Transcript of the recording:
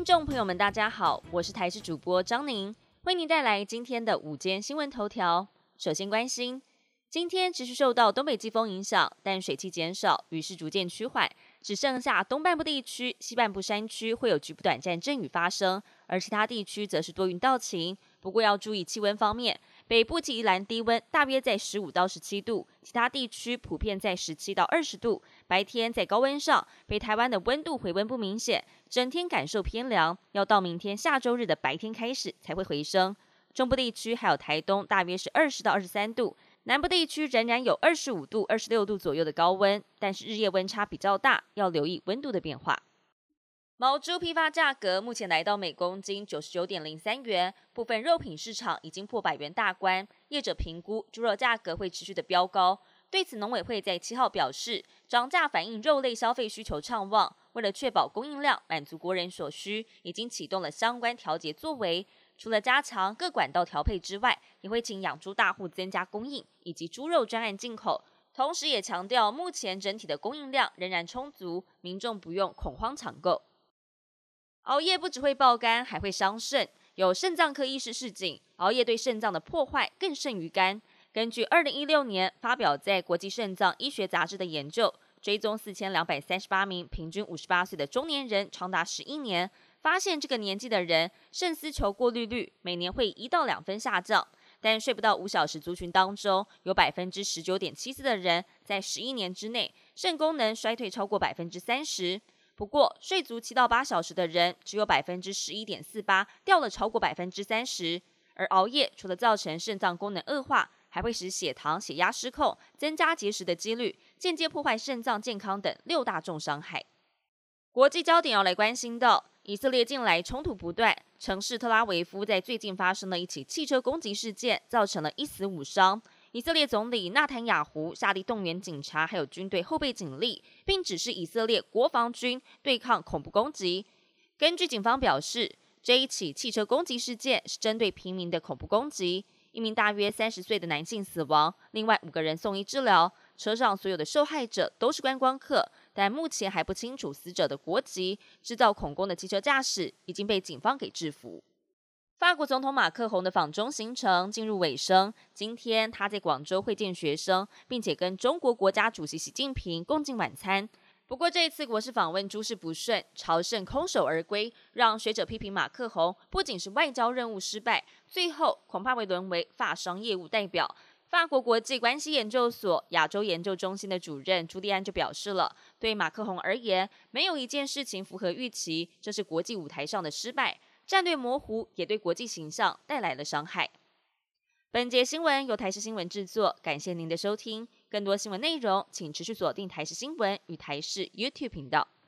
听众朋友们，大家好，我是台视主播张宁，为您带来今天的午间新闻头条。首先关心，今天持续受到东北季风影响，但水汽减少，雨势逐渐趋缓，只剩下东半部地区、西半部山区会有局部短暂阵雨发生，而其他地区则是多云到晴。不过要注意气温方面，北部及宜兰低温大约在15到17度，其他地区普遍在17到20度。白天在高温上，北台湾的温度回温不明显，整天感受偏凉，要到明天下周日的白天开始才会回升。中部地区还有台东大约是20到23度，南部地区仍然有25度、26度左右的高温，但是日夜温差比较大，要留意温度的变化。毛猪批发价格目前来到每公斤99.03元，部分肉品市场已经破100元大关，业者评估猪肉价格会持续的飙高。对此，农委会在7号表示，涨价反映肉类消费需求畅旺，为了确保供应量满足国人所需，已经启动了相关调节作为。除了加强各管道调配之外，也会请养猪大户增加供应，以及猪肉专案进口。同时也强调，目前整体的供应量仍然充足，民众不用恐慌抢购。熬夜不只会爆肝，还会伤肾。有肾脏科医师示警，熬夜对肾脏的破坏更甚于肝。根据2016年发表在国际肾脏医学杂志的研究，追踪4238名平均58岁的中年人长达11年，发现这个年纪的人肾丝球过滤率每年会1到2分下降，但睡不到5小时族群当中，有19.74%的人在11年之内肾功能衰退超过30%。不过，睡足7到8小时的人只有11.48%，掉了超过30%。而熬夜除了造成肾脏功能恶化，还会使血糖、血压失控，增加结石的几率，间接破坏肾脏健康等6大重伤害。国际焦点要来关心到，以色列近来冲突不断，城市特拉维夫在最近发生了一起汽车攻击事件，造成了1死5伤。以色列总理纳坦雅胡下令动员警察还有军队后备警力，并指示以色列国防军对抗恐怖攻击。根据警方表示，这一起汽车攻击事件是针对平民的恐怖攻击，一名大约30岁的男性死亡，另外5个人送医治疗。车上所有的受害者都是观光客，但目前还不清楚死者的国籍。制造恐攻的汽车驾驶已经被警方给制服。法国总统马克宏的访中行程进入尾声，今天他在广州会见学生，并且跟中国国家主席习近平共进晚餐。不过这一次国事访问诸事不顺，朝圣空手而归，让学者批评马克宏不仅是外交任务失败，最后恐怕会沦为法商业务代表。法国国际关系研究所亚洲研究中心的主任朱利安就表示了，对马克宏而言，没有一件事情符合预期，这是国际舞台上的失败，战略模糊也对国际形象带来了伤害。本节新闻由台视新闻制作，感谢您的收听。更多新闻内容，请持续锁定台视新闻与台视 YouTube 频道。